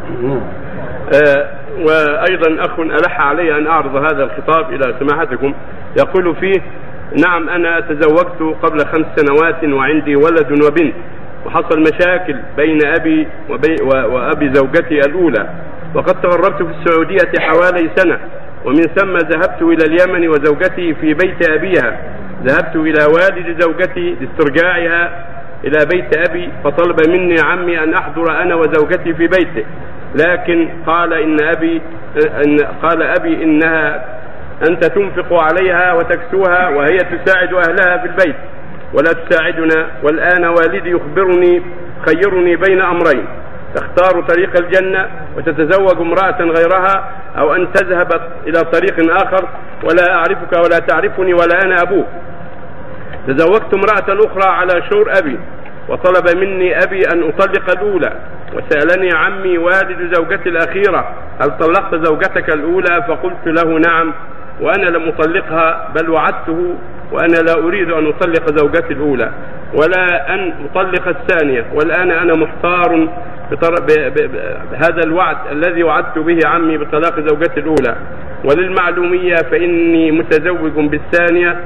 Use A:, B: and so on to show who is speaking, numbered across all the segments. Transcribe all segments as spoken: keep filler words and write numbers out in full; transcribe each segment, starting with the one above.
A: آه وأيضا أخ ألح علي أن أعرض هذا الخطاب إلى سماحتكم، يقول فيه: نعم أنا تزوجت قبل خمس سنوات وعندي ولد وبنت، وحصل مشاكل بين أبي وبي وأبي زوجتي الأولى، وقد تغربت في السعودية حوالي سنة، ومن ثم ذهبت إلى اليمن وزوجتي في بيت أبيها. ذهبت إلى والد زوجتي لاسترجاعها إلى بيت أبي، فطلب مني عمي أن أحضر أنا وزوجتي في بيته، لكن قال إن أبي إن قال أبي إنها أنت تنفق عليها وتكسوها وهي تساعد أهلها في البيت ولا تساعدنا، والآن والدي يخبرني خيرني بين أمرين: تختار طريق الجنة وتتزوج امرأة غيرها، أو أن تذهب إلى طريق آخر ولا أعرفك ولا تعرفني ولا أنا أبوك. تزوجت امرأة أخرى على شور أبي، وطلب مني أبي أن أطلق الأولى، وسألني عمي والد زوجتي الأخيرة: هل طلقت زوجتك الأولى؟ فقلت له: نعم، وأنا لم أطلقها، بل وعدته وأنا لا أريد أن أطلق زوجتي الأولى ولا أن أطلق الثانية، والآن أنا محتار بهذا الوعد الذي وعدت به عمي بطلاق زوجتي الأولى. وللمعلومية فإني متزوج بالثانية،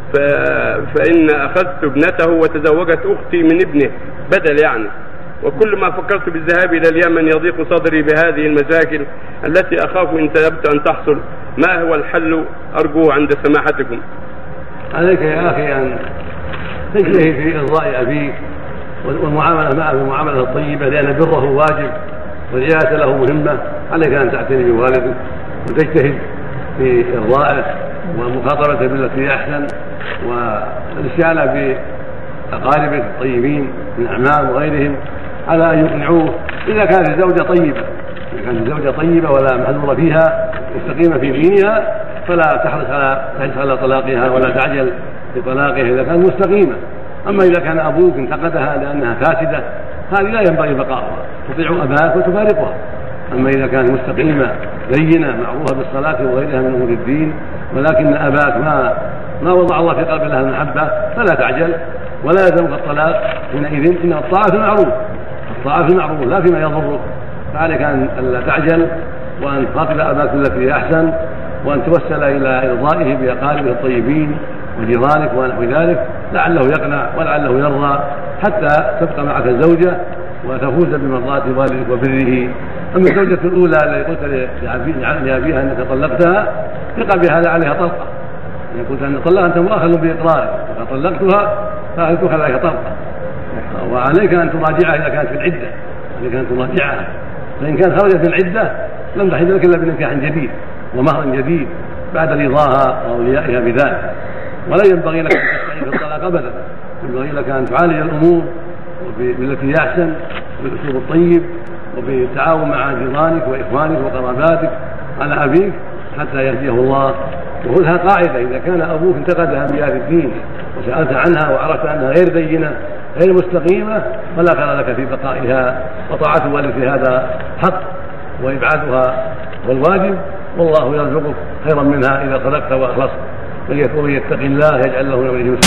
A: فإن أخذت ابنته وتزوجت أختي من ابنه بدل يعني. وكل ما فكرت بالذهاب إلى اليمن يضيق صدري بهذه المشاكل التي أخاف إن ذهبت أن تحصل. ما هو الحل؟ أرجو عند سماحتكم.
B: عليك يا أخي أن تجتهد في إرضاء أبيك والمعاملة معه بالمعاملة الطيبة، لأن بره واجب والرعاية له مهمة. عليك أن تعتني بوالدك وتجتهد في إرضائه ومخاطبته بالتي أحسن، والاستعانة بأقاربك الطيبين من أعمام وغيرهم على أن يقنعوه إذا كانت الزوجة طيبة. إذا كانت الزوجة طيبة ولا محذور فيها مستقيمة في دينها فلا تحرص على تحرص على طلاقها ولا تعجل بطلاقها إذا كانت مستقيمة. أما إذا كان أبوك انتقدها لأنها فاسدة هذه لا ينبغي بقاؤها، تطيع أباك وتفارقها. أما إذا كانت مستقيمة لينة معروفة بالصلاة وغيرها من أمور الدين، ولكن أباك ما ما وضع الله في قلب لها المحبة، فلا تعجل ولا يلزمك الطلاق حينئذ. إن الطاعة في المعروف، الطاعة في المعروف لا فيما يضرك. فعليك أن لا تعجل وأن تخاطب أباك بالتي أحسن، وأن توسل إلى إرضائه بأقاربه الطيبين وجيرانك ونحو ذلك، لعله يقنع ولعله يرضى حتى تبقى معك الزوجة وتفوز بمرضاة والدك وبره. أما الزوجة الأولى التي قلت لأبيها أنك طلقتها ثق بها عليها طلقة، إن قلت أن طلقها أنت مؤاخذ بإقرارك، فقد طلقتها فأخذتك عليها طلقة. وعليك أن تراجعها إذا كانت في العدة، عليك أن تراجعها، فإن كانت خرجت من العدة لم تحل لك إلا بنكاح جديد ومهر جديد بعد رضاها وأوليائها بذلك. ولا ينبغي لك أن تستعين في الطلاق أبدا، ينبغي لك أن تعالج الأمور بالتي أحسن بالأسلوب الطيب وبالتعاون مع جيرانك وإخوانك وقراباتك على أبيك حتى يهديه الله. وخذها قاعدة: إذا كان أبوك انتقدها بهذا الدين وسألت عنها وعرفت أنها غير دينة غير مستقيمة فلا خير لك في بقائها، وطاعة والدك هذا حق وإبعادها والواجب، والله يرزقك خيرا منها إذا صدقت وأخلصت. من يتق الله يجعل له من أمره